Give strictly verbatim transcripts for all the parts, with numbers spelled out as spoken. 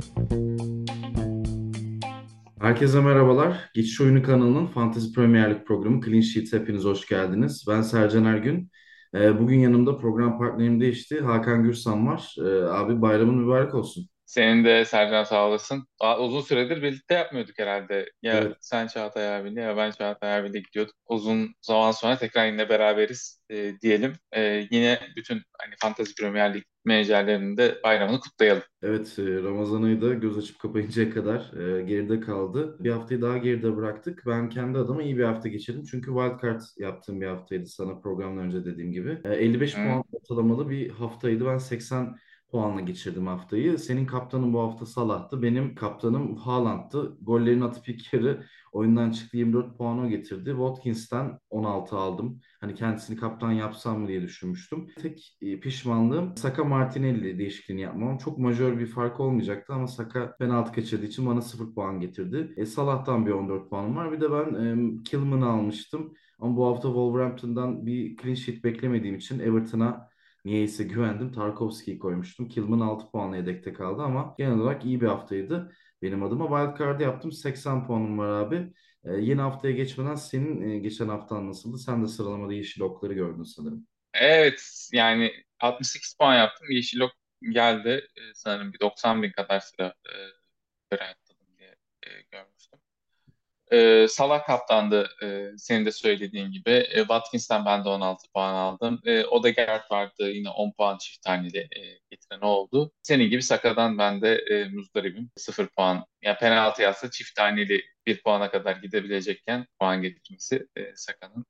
Herkese merhabalar. Geçiş Oyunu kanalının Fantasy Premier Lig programı Clean Sheet'e hepiniz hoş geldiniz. Ben Sercan Ergün. Ee, bugün yanımda program partnerim değişti. Hakan Gürsan var. Ee, abi bayramın mübarek olsun. Senin de Sercan sağ olasın. Daha uzun süredir birlikte yapmıyorduk herhalde. Ya Evet, sen Çağatay abiyle ya ben Çağatay abiyle gidiyorduk. Uzun zaman sonra tekrar yine beraberiz e, diyelim. E, yine bütün hani Fantasy Premier Lig menajerlerinin de bayramını kutlayalım. evet e, Ramazan ayı da göz açıp kapayıncaya kadar e, geride kaldı. Bir haftayı daha geride bıraktık. Ben kendi adıma iyi bir hafta geçirdim. Çünkü wildcard yaptığım bir haftaydı sana programdan önce dediğim gibi. E, elli beş Hı. puan ortalamalı bir haftaydı. Ben seksen puanla geçirdim haftayı. Senin kaptanın bu hafta Salah'tı. Benim kaptanım Haaland'tı. Gollerini atıp ilk yarı oyundan çıktı. yirmi dört puan o getirdi. Watkins'ten on altı aldım. Hani kendisini kaptan yapsam mı diye düşünmüştüm. Tek e, pişmanlığım Saka Martinelli değişikliğini yapmam. Çok majör bir fark olmayacaktı ama Saka penaltı kaçırdığı için bana sıfır puan getirdi. E, Salah'tan bir on dört puanım var. Bir de ben e, Kilman'ı almıştım. Ama bu hafta Wolverhampton'dan bir clean sheet beklemediğim için Everton'a niyeyse güvendim. Tarkowski'yi koymuştum. Kilman altı puanla yedekte kaldı ama genel olarak iyi bir haftaydı. Benim adıma wildcard'ı yaptım. seksen puanım var abi. Ee, yeni haftaya geçmeden senin e, geçen haftan nasıldı? Sen de sıralamada yeşil okları gördün sanırım. Evet yani altmış sekiz puan yaptım. Yeşil ok geldi. E, sanırım bir doksan bin kadar sıra e, sıra atladım diye e, görmüştüm. Ee, Salah kaptandı e, senin de söylediğin gibi. E, Watkins'ten ben de on altı puan aldım. E, Odegaard vardı yine on puan çift taneli e, getiren oldu. Senin gibi Saka'dan ben de e, muzdaribim. sıfır puan. Yani penaltı yazsa çift taneli bir puana kadar gidebilecekken puan getirmesi e, Saka'nın.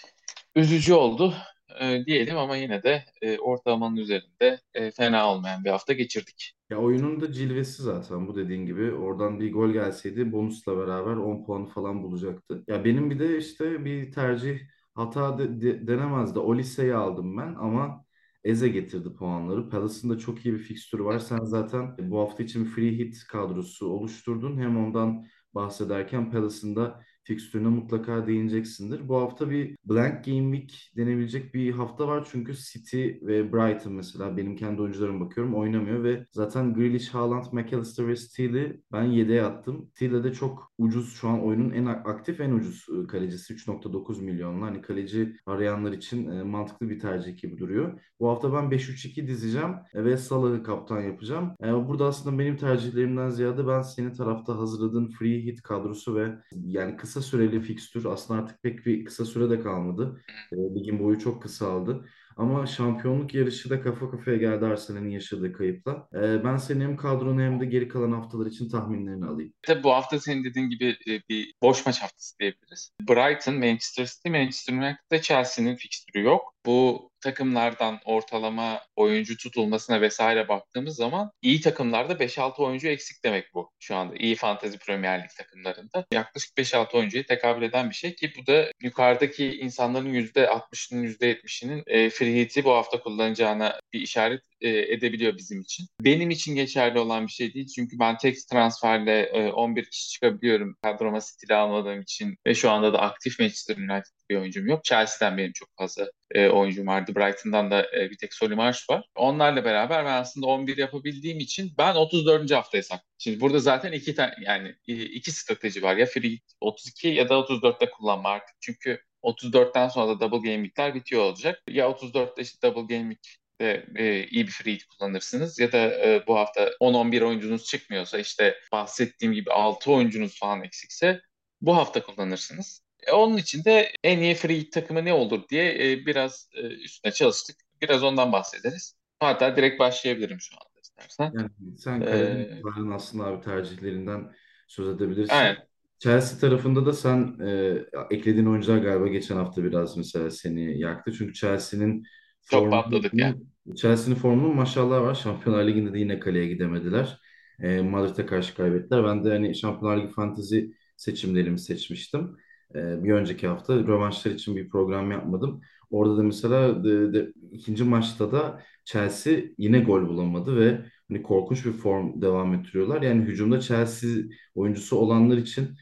Üzücü oldu e, diyelim ama yine de e, ortalamanın üzerinde e, fena olmayan bir hafta geçirdik. Ya oyunun da cilvesi zaten bu dediğin gibi. Oradan bir gol gelseydi bonusla beraber on puanı falan bulacaktı. Ya benim bir de işte bir tercih hata de, de- denemez de Olise'yi aldım ben ama Eze getirdi puanları. Palace'ın da çok iyi bir fikstürü var. Sen zaten bu hafta için bir free hit kadrosu oluşturdun. Hem ondan bahsederken Palace'ın da fikstürüne mutlaka değineceksindir. Bu hafta bir blank game week denebilecek bir hafta var. Çünkü City ve Brighton mesela benim kendi oyuncularıma bakıyorum oynamıyor ve zaten Grealish, Haaland, McAllister ve Steele'i ben yedeğe attım. Steele de çok ucuz şu an oyunun en aktif en ucuz e, kalecisi üç nokta dokuz milyonla. Hani kaleci arayanlar için e, mantıklı bir tercih gibi duruyor. Bu hafta ben beş üç iki dizeceğim e, ve Salah'ı kaptan yapacağım. E, burada aslında benim tercihlerimden ziyade ben senin tarafta hazırladığın free hit kadrosu ve yani kısa süreli fikstür aslında artık pek bir kısa süre de kalmadı. E, ligin boyu çok kısaldı. Ama şampiyonluk yarışı da kafa kafaya geldi Arsenal'in yaşadığı kayıpla. E, ben senin hem kadronu hem de geri kalan haftalar için tahminlerini alayım. Tabii bu hafta senin dediğin gibi e, bir boş maç haftası diyebiliriz. Brighton, Manchester City, Manchester United'da Chelsea'nin fikstürü yok. Bu takımlardan ortalama oyuncu tutulmasına vesaire baktığımız zaman iyi takımlarda beş altı oyuncu eksik demek bu şu anda. İyi Fantasy Premier Lig takımlarında. Yaklaşık beş altı oyuncuya tekabül eden bir şey ki bu da yukarıdaki insanların yüzde altmışının yüzde yetmişinin e, free hit'i bu hafta kullanacağına bir işaret e, edebiliyor bizim için. Benim için geçerli olan bir şey değil çünkü ben tek transferle e, on bir kişi çıkabiliyorum kadroma stili almadığım için ve şu anda da aktif Manchester United bir oyuncum yok. Chelsea'den benim çok fazla e, oyuncum vardı. Brighton'dan da e, bir tek Solly March var. Onlarla beraber ben aslında on bir yapabildiğim için ben otuz dördüncü haftaya sakladım. Şimdi burada zaten iki tane yani e, iki strateji var. Ya free hit otuz iki ya da otuz dörtte kullanma artık. Çünkü otuz dörtten sonra da double game week'ler bitiyor olacak. Ya otuz dörtte işte double game week de e, iyi bir free hit kullanırsınız ya da e, bu hafta on on bir oyuncunuz çıkmıyorsa işte bahsettiğim gibi altı oyuncunuz falan eksikse bu hafta kullanırsınız. E, onun için de en iyi free hit takımı ne olur diye e, biraz e, üstüne çalıştık. Biraz ondan bahsederiz. Hatta direkt başlayabilirim şu anda istersen. Yani sen kaleden E, itibaren aslında abi tercihlerinden söz edebilirsin. evet, Chelsea tarafında da sen e, eklediğin oyuncular galiba geçen hafta biraz mesela seni yaktı. Çünkü Chelsea'nin çok patladık yani. formunun Chelsea'nin formunun maşallah var. Şampiyonlar Ligi'nde de yine kaleye gidemediler. E, Madrid'e karşı kaybettiler. Ben de hani Şampiyonlar Ligi fantezi seçimlerimi seçmiştim. E, bir önceki hafta rövanşlar için bir program yapmadım. Orada da mesela de, de, ikinci maçta da Chelsea yine gol bulamadı ve hani korkunç bir form devam ettiriyorlar. Yani hücumda Chelsea oyuncusu olanlar için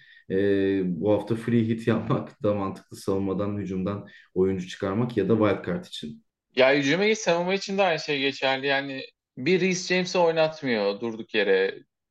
e, bu hafta free hit yapmak da mantıklı, savunmadan hücumdan oyuncu çıkarmak ya da wildcard için. Ya hücuma geç savunma için de aynı şey geçerli. Yani bir Reece James'i oynatmıyor durduk yere.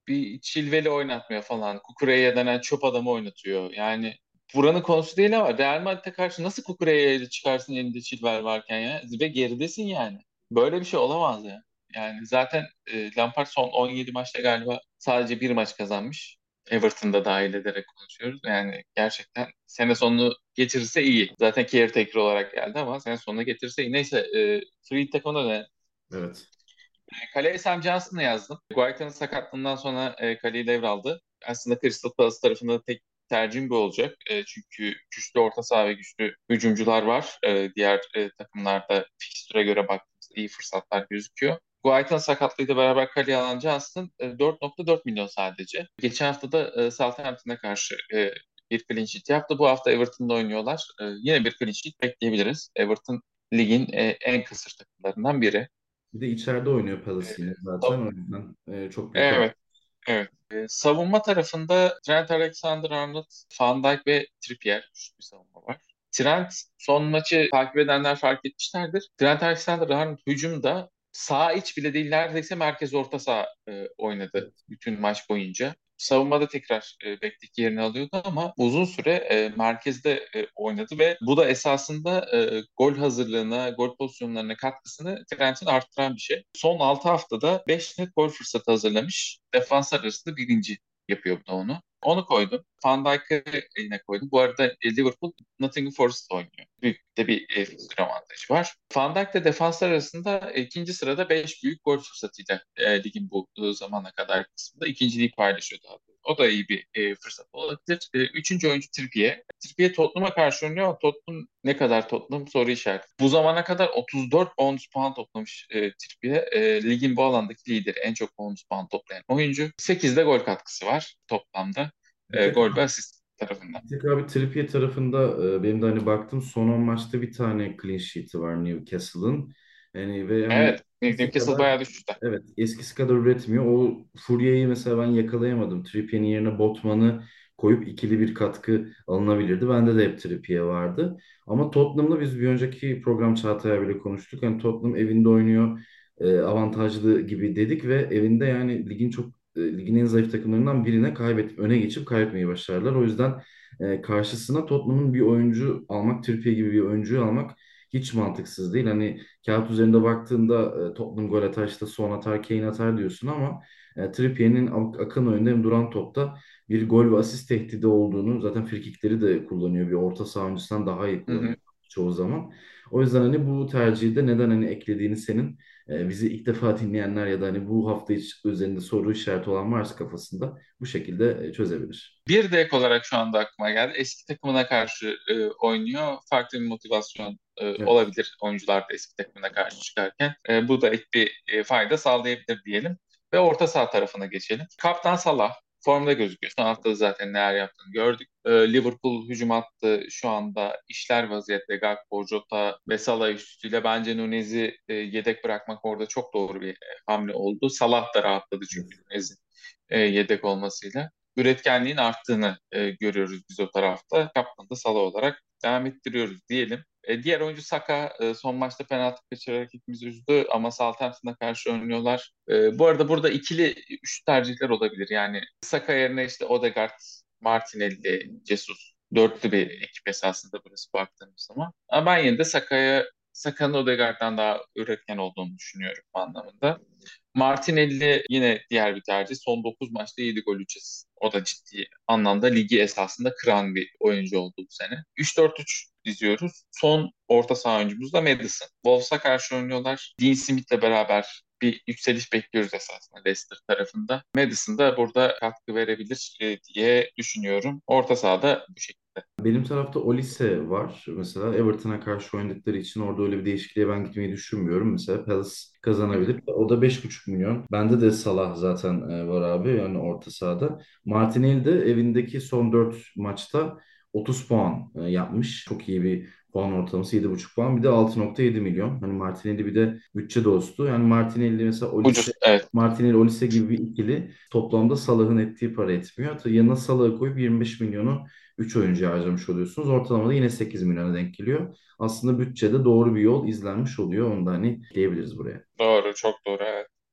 Bir Chilwell'i oynatmıyor falan. Kukureya denen çöp adamı oynatıyor. Yani buranın konusu değil ama Real Madrid'e karşı nasıl Kukureya'yı çıkarsın elinde Chilwell varken ya? Ve geridesin yani. Böyle bir şey olamaz ya. Yani zaten e, Lampard son on yedi maçta galiba sadece bir maç kazanmış. Everton'da dahil ederek konuşuyoruz. Yani gerçekten sene sonunu getirirse iyi. Zaten caretaker olarak geldi ama sene sonunu getirirse iyi. Neyse, e, Free takımına da Evet. kaleye Sam Johnson'ı yazdım. Guaita'nın sakatlığından sonra e, kaleyi devraldı. Aslında Crystal Palace tarafında tek tercihim bu olacak. E, çünkü güçlü orta saha ve güçlü hücumcular var. E, diğer e, takımlarda fikstüre göre baktığımızda iyi fırsatlar gözüküyor. Guaita'nın sakatlığıyla beraber kaleye alan Johnson e, dört nokta dört milyon sadece. Geçen hafta da e, Southampton'a karşı e, bir clean sheet yaptı. Bu hafta Everton'da oynuyorlar. E, yine bir clean sheet bekleyebiliriz. Everton ligin e, en kısır takımlarından biri. Bir de içeride oynuyor E, Palace yine zaten. O yüzden e, çok büyük avantaj. Evet. Evet. Ee, savunma tarafında Trent Alexander-Arnold, Van Dijk ve Trippier. Üçlü bir savunma var. Trent son maçı takip edenler fark etmişlerdir. Trent Alexander-Arnold hücumda sağ iç bile değil, neredeyse merkez orta saha e, oynadı bütün maç boyunca. Savunmada tekrar e, bekteki yerini alıyordu ama uzun süre e, merkezde e, oynadı ve bu da esasında e, gol hazırlığına, gol pozisyonlarına katkısını Trent'in arttıran bir şey. Son altı haftada beş net gol fırsatı hazırlamış. Defanslar arasında birinci yapıyor bu da onu. Onu koydum. Van Dijk'ı eline koydum. Bu arada e, Liverpool Nottingham Forest oynuyor. Büyük de bir e, fikstür avantajı var. Van Dijk de defanslar arasında e, ikinci sırada beş büyük gol fırsatıyla e, ligin bu e, zamana kadar kısmında ikinciliği paylaşıyor daha doğrusu. O da iyi bir e, fırsat olabilir. E, üçüncü oyuncu Trippier. Trippier Tottenham'a karşı oynuyor ama Tottenham ne kadar Tottenham soru işareti. Bu zamana kadar otuz dört bonus puan toplamış e, Trippier. E, ligin bu alandaki lideri, en çok bonus puan toplayan oyuncu. sekizde gol katkısı var toplamda. Bir E, tek gol ve asist tarafından. Bir tek abi Trippier tarafında e, benim de hani baktım son on maçta bir tane clean sheet'i var Newcastle'ın. Yani ve hani Evet, eskisi Newcastle kadar bayağı düştü. evet eskisi kadar üretmiyor. O Fourier'i mesela ben yakalayamadım. Trippier'in yerine Botman'ı koyup ikili bir katkı alınabilirdi. Bende de hep Trippier vardı. Ama Tottenham'la biz bir önceki program Çağatay'a bile konuştuk. Yani Tottenham evinde oynuyor. e, avantajlı gibi dedik ve evinde yani ligin çok e, ligin en zayıf takımlarından birine kaybet öne geçip kaybetmeyi başardılar. O yüzden e, karşısına Tottenham'ın bir oyuncu almak, Trippier gibi bir oyuncuyu almak hiç mantıksız değil. Hani kağıt üzerinde baktığında e, Tottenham gol atar, işte son atar, Kane atar diyorsun ama e, Trippier'in ak- akın önünde hem duran topta bir gol ve asist tehdidi olduğunu, zaten frikikleri de kullanıyor. Bir orta saha oyuncusundan daha iyi Hı hı. kullanıyor çoğu zaman. O yüzden hani bu tercihi de neden hani eklediğini senin e, bizi ilk defa dinleyenler ya da hani bu hafta hiç üzerinde soru işareti olan varsa kafasında bu şekilde e, çözebilir. Bir de ek olarak şu anda aklıma geldi. Eski takımına karşı e, oynuyor. Farklı bir motivasyon e, Evet. olabilir oyuncular da eski takımına karşı çıkarken. E, bu da ek bir e, fayda sağlayabilir diyelim. Ve orta saha tarafına geçelim. Kaptan Salah formda gözüküyor. Son hafta zaten neler yaptığını gördük. E, Liverpool hücum hattı şu anda işler vaziyette. Gakpo, Jota ve Salah üstüyle bence Nunez'i e, yedek bırakmak orada çok doğru bir e, hamle oldu. Salah da rahatladı çünkü Evet. Nunez'in e, yedek olmasıyla üretkenliğin arttığını e, görüyoruz biz o tarafta. Kaptanı da Salah olarak devam ettiriyoruz diyelim. E, diğer oyuncu Saka e, son maçta penaltı kaçırarak hepimizi üzdü ama Southampton'a karşı oynuyorlar. E, bu arada burada ikili üç tercihler olabilir. Yani Saka yerine işte Odegaard, Martinelli, Jesus. Dörtlü bir ekip esasında burası baktığımız zaman. Ama ben yine de Saka'ya Saka'nın Odegaard'dan daha üretken olduğunu düşünüyorum bu anlamında. Martinelli yine diğer bir tercih. Son dokuz maçta yedi gol üç asist. O da ciddi anlamda ligi esasında kıran bir oyuncu oldu bu sene. üç dört üç diziyoruz. Son orta saha oyuncumuz da Maddison. Wolves'a karşı oynuyorlar. Dean Smith'le beraber bir yükseliş bekliyoruz esasında Leicester tarafında. Maddison da burada katkı verebilir e, diye düşünüyorum. Orta sahada bu şekilde. Benim tarafta Olise var. Mesela Everton'a karşı oynadıkları için orada öyle bir değişikliğe ben gitmeyi düşünmüyorum. Mesela Palace Hı hı. kazanabilir. O da beş buçuk milyon. Bende de Salah zaten e, var abi, yani orta sahada. Martinelli de evindeki son dört maçta otuz puan e, yapmış. Çok iyi bir puan ortalaması, yedi buçuk puan. Bir de altı nokta yedi milyon. Hani Martinelli bir de bütçe dostu. Yani Martinelli mesela Olise Ucuz, evet. Martinelli Olise gibi bir ikili toplamda Salah'ın ettiği para etmiyor. Hatta yanına Salah'ı koyup yirmi beş milyonu üç oyuncuya harcamış oluyorsunuz. Ortalamada yine sekiz milyona denk geliyor. Aslında bütçede doğru bir yol izlenmiş oluyor. Onu da hani diyebiliriz buraya. Doğru, çok doğru, evet.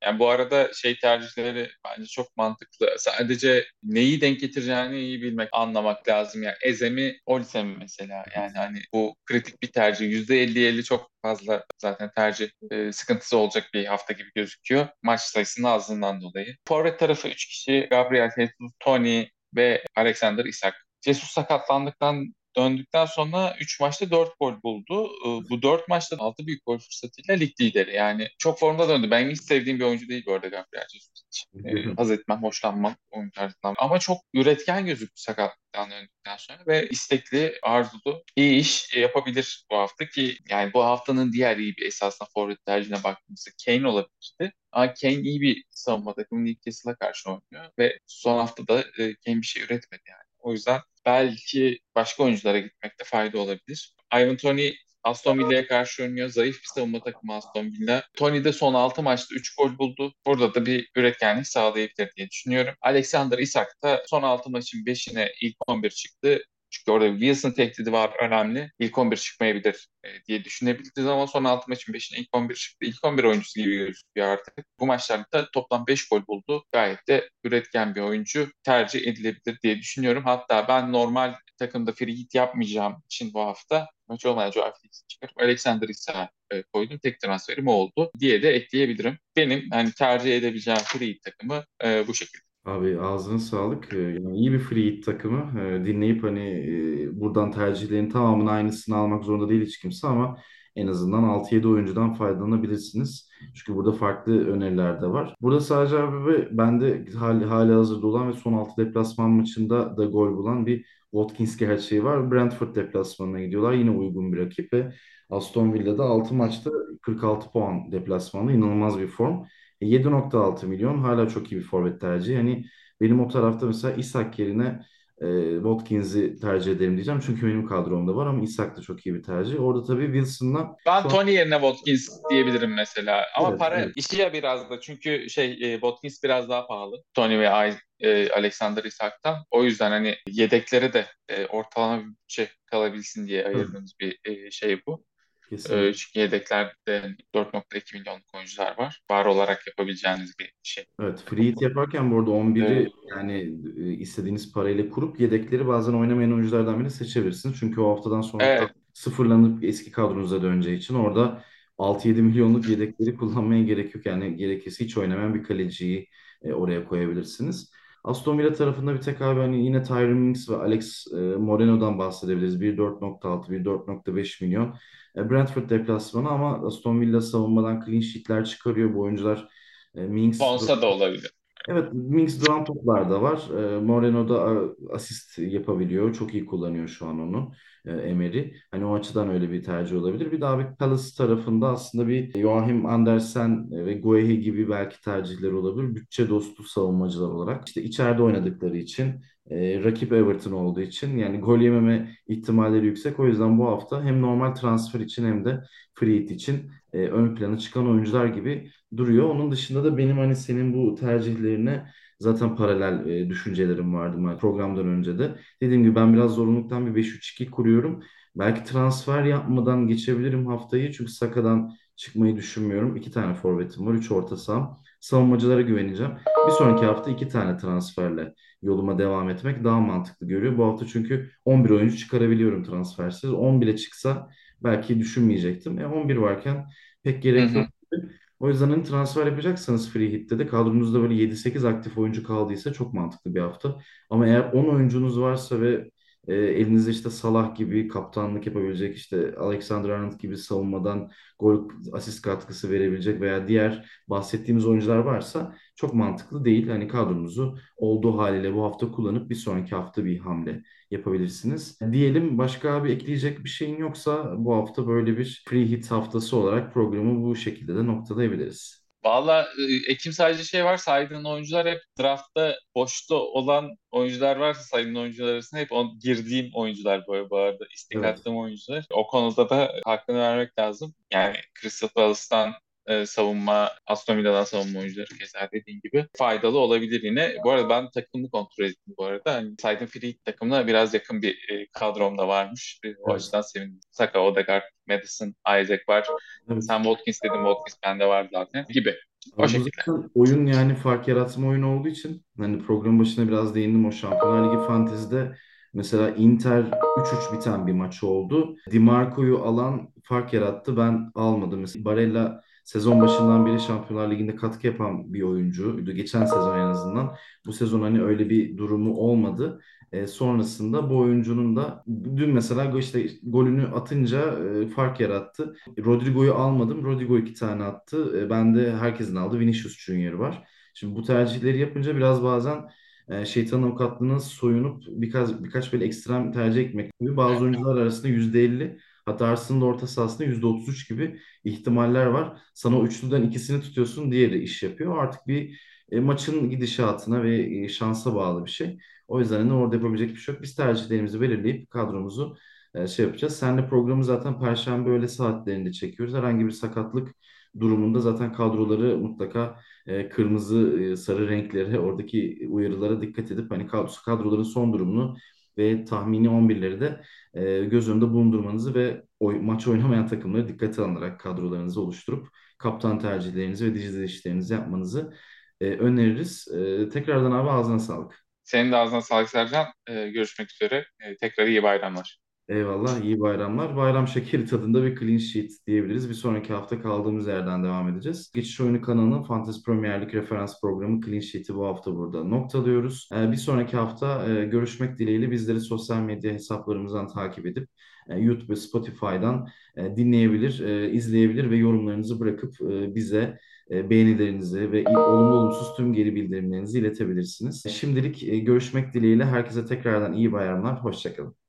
Yani bu arada şey tercihleri bence çok mantıklı. Sadece neyi denk getireceğini iyi bilmek, anlamak lazım. Yani Eze mi, Olise mi mesela? Yani hani bu kritik bir tercih. yüzde elli elli çok fazla zaten tercih e, sıkıntısı olacak bir hafta gibi gözüküyor. Maç sayısının azlığından dolayı. Forvet tarafı üç kişi. Gabriel Jesus, Tony ve Alexander Isak. Jesus sakatlandıktan döndükten sonra üç maçta dört gol buldu. Ee, Bu dört maçta altı büyük gol fırsatıyla lig lideri. Yani çok formda döndü. Ben hiç sevdiğim bir oyuncu değil bu arada Gabriel Jesus hiç. Ee, haz etmem, hoşlanmam oyun tarzından. Ama çok üretken gözüktü sakatlıktan döndükten sonra ve istekli, arzulu, iyi iş yapabilir bu hafta ki yani bu haftanın diğer iyi bir esasında forvet tercihine baktığımızda Kane olabilirdi. Ama Kane iyi bir savunma takımı Newcastle'a karşı oynuyor ve son haftada e, Kane bir şey üretmedi yani. O yüzden belki başka oyunculara gitmekte fayda olabilir. Ivan Toney Aston Villa'ya karşı oynuyor. Zayıf bir savunma takımı Aston Villa. Tony de son altı maçta üç gol buldu. Burada da bir üretkenlik sağlayabilir diye düşünüyorum. Alexander Isak da son altı maçın beşine ilk on bir çıktı. Çünkü orada Wilson tehdidi var önemli. İlk on bir çıkmayabilir e, diye düşünebiliriz ama son altı maçın beşine ilk on bir çıktı. İlk on bir oyuncusu gibi gözüküyor artık. Bu maçlarda toplam beş gol buldu. Gayet de üretken bir oyuncu tercih edilebilir diye düşünüyorum. Hatta ben normal takımda free hit yapmayacağım için bu hafta maç olmayan Joao Felix'i çıkarıp Alexander Isak'a e, koydum. Tek transferim o oldu diye de ekleyebilirim. Benim hani tercih edebileceğim free hit takımı e, bu şekilde. Abi ağzına sağlık. Ee, Yani iyi bir free hit takımı. Ee, dinleyip hani e, buradan tercihlerin tamamının aynısını almak zorunda değil hiç kimse ama en azından altı yedi oyuncudan faydalanabilirsiniz. Çünkü burada farklı öneriler de var. Burada sadece abi ve ben de hali, hali hazırda olan ve son altı deplasman maçında da gol bulan bir Watkins gerçeği var. Brentford deplasmanına gidiyorlar. Yine uygun bir rakip ve Aston Villa'da altı maçta kırk altı puan deplasmanı inanılmaz bir form. E, yedi nokta altı milyon hala çok iyi bir forvet tercihi. Yani benim o tarafta mesela Isak yerine e, Watkins'i tercih ederim diyeceğim. Çünkü benim kadromda var ama Isak da çok iyi bir tercih. Orada tabii Wilson'la Ben şu an Tony yerine Watkins diyebilirim mesela. Ama evet, para evet. işi ya biraz da. Çünkü şey e, Watkins biraz daha pahalı. Tony ve Ay- e, Alexander Isak'tan. O yüzden hani yedeklere de e, ortalama bir bütçe kalabilsin diye Tabii, ayırdığımız bir e, şey bu. E, kesinlikle. çünkü yedeklerde dört nokta iki milyonluk oyuncular var. Var olarak yapabileceğiniz bir şey. Evet, free hit yaparken bu arada on biri E, yani e, istediğiniz parayla kurup yedekleri bazen oynamayan oyunculardan biri seçebilirsiniz. Çünkü o haftadan sonra evet. kadro sıfırlanıp eski kadronuza döneceği için orada altı yedi milyonluk yedekleri kullanmaya gerek yok. Yani gerekirse hiç oynamayan bir kaleciyi e, oraya koyabilirsiniz. Aston Villa tarafında bir tek abi hani yine Tyrone Mings ve Alex e, Moreno'dan bahsedebiliriz. Bir dört nokta altı, bir dört nokta beş milyon. E, Brentford deplasmanı ama Aston Villa savunmadan clean sheet'ler çıkarıyor bu oyuncular. E, Mings Bonsa da olabilir. Evet, Mings duran toplar da var. E, Moreno da e, asist yapabiliyor. Çok iyi kullanıyor şu an onu. E, Emery. Hani o açıdan öyle bir tercih olabilir. Bir daha bir Palace tarafında aslında bir Joachim Andersen ve Guehi gibi belki tercihler olabilir. Bütçe dostu savunmacılar olarak. İşte içeride oynadıkları için, e, rakip Everton olduğu için yani gol yememe ihtimalleri yüksek. O yüzden bu hafta hem normal transfer için hem de free hit için e, ön plana çıkan oyuncular gibi duruyor. Onun dışında da benim hani senin bu tercihlerine zaten paralel e, düşüncelerim vardı ben programdan önce de. Dediğim gibi ben biraz zorunluluktan bir beş üç iki kuruyorum. Belki transfer yapmadan geçebilirim haftayı. Çünkü Saka'dan çıkmayı düşünmüyorum. İki tane forvetim var. Üç orta saham. Savunmacılara güveneceğim. Bir sonraki hafta iki tane transferle yoluma devam etmek daha mantıklı görüyor. Bu hafta çünkü on bir oyuncu çıkarabiliyorum transfersiz. on bile çıksa belki düşünmeyecektim. E on bir varken pek Hı gerek yok. hı. O yüzden hani transfer yapacaksanız free hit'te de kadronuzda böyle yedi sekiz aktif oyuncu kaldıysa çok mantıklı bir hafta. Ama eğer on oyuncunuz varsa ve e, elinizde işte Salah gibi kaptanlık yapabilecek işte Alexander-Arnold gibi savunmadan gol asist katkısı verebilecek veya diğer bahsettiğimiz oyuncular varsa çok mantıklı değil. Hani kadronuzu olduğu haliyle bu hafta kullanıp bir sonraki hafta bir hamle yapabilirsiniz. Diyelim başka bir ekleyecek bir şeyin yoksa bu hafta böyle bir free hit haftası olarak programı bu şekilde de noktalayabiliriz. Valla e, Ekim sadece şey var saydığın oyuncular hep draftta boşta olan oyuncular varsa saydığın oyuncular arasında hep on, girdiğim oyuncular bu, bu arada istek Evet. attığım oyuncular. O konuda da hakkını vermek lazım. Yani Crystal Palace'tan e, savunma, Aston Villa'dan savunma oyuncuları keza dediğin gibi faydalı olabilir yine. Bu arada ben takımını kontrol ettim bu arada. Hani saydığım free takımına biraz yakın bir e, kadrom da varmış. E, o Evet. açıdan sevindim. Saka, Odegaard, Madison, Isaac var. Evet. Sen Watkins dedin, Watkins bende var zaten gibi. O Abi bu şekilde. zaten oyun, yani fark yaratma oyunu olduğu için hani program başına biraz değindim, o Şampiyonlar Ligi Fantezi'de mesela Inter üç üç biten bir maç oldu. Di Marco'yu alan fark yarattı. Ben almadım. Mesela Barella sezon başından beri Şampiyonlar Ligi'nde katkı yapan bir oyuncuydu. Geçen sezon en azından. Bu sezon hani öyle bir durumu olmadı. E, sonrasında bu oyuncunun da dün mesela işte golünü atınca e, fark yarattı. Rodrigo'yu almadım. Rodrigo iki tane attı. E, ben de herkesin aldı. Vinicius Junior var. Şimdi bu tercihleri yapınca biraz bazen e, şeytanın avukatlığına soyunup birkaç birkaç böyle ekstrem tercih etmek gibi, bazı oyuncular arasında yüzde elli, hatta Arsenal'ın orta sahasında yüzde otuz üç gibi ihtimaller var. Sana o üçlüden ikisini tutuyorsun, diğeri iş yapıyor. Artık bir e, maçın gidişatına ve e, şansa bağlı bir şey. O yüzden hani orada yapabilecek bir şey yok. Biz tercihlerimizi belirleyip kadromuzu e, şey yapacağız. Seninle programı zaten Perşembe öğle saatlerinde çekiyoruz. Herhangi bir sakatlık durumunda zaten kadroları mutlaka e, kırmızı, e, sarı renklere, oradaki uyarılara dikkat edip hani kadro- kadroların son durumunu ve tahmini on birleri de e, göz önünde bulundurmanızı ve oy, maç oynamayan takımları dikkate alınarak kadrolarınızı oluşturup kaptan tercihlerinizi ve dizi işlerinizi yapmanızı e, öneririz. E, tekrardan abi ağzına sağlık. Senin de ağzına sağlık Sercan. Ee, görüşmek üzere. Ee, tekrar iyi bayramlar. Eyvallah, iyi bayramlar. Bayram şekeri tadında bir clean sheet diyebiliriz. Bir sonraki hafta kaldığımız yerden devam edeceğiz. Geçiş Oyunu kanalının Fantasy Premier Lig referans programı Clean Sheet'i bu hafta burada noktalıyoruz. Ee, bir sonraki hafta e, görüşmek dileğiyle bizleri sosyal medya hesaplarımızdan takip edip e, YouTube ve Spotify'dan e, dinleyebilir, e, izleyebilir ve yorumlarınızı bırakıp e, bize e, beğenilerinizi ve olumlu olumsuz tüm geri bildirimlerinizi iletebilirsiniz. Şimdilik e, görüşmek dileğiyle herkese tekrardan iyi bayramlar, hoşçakalın.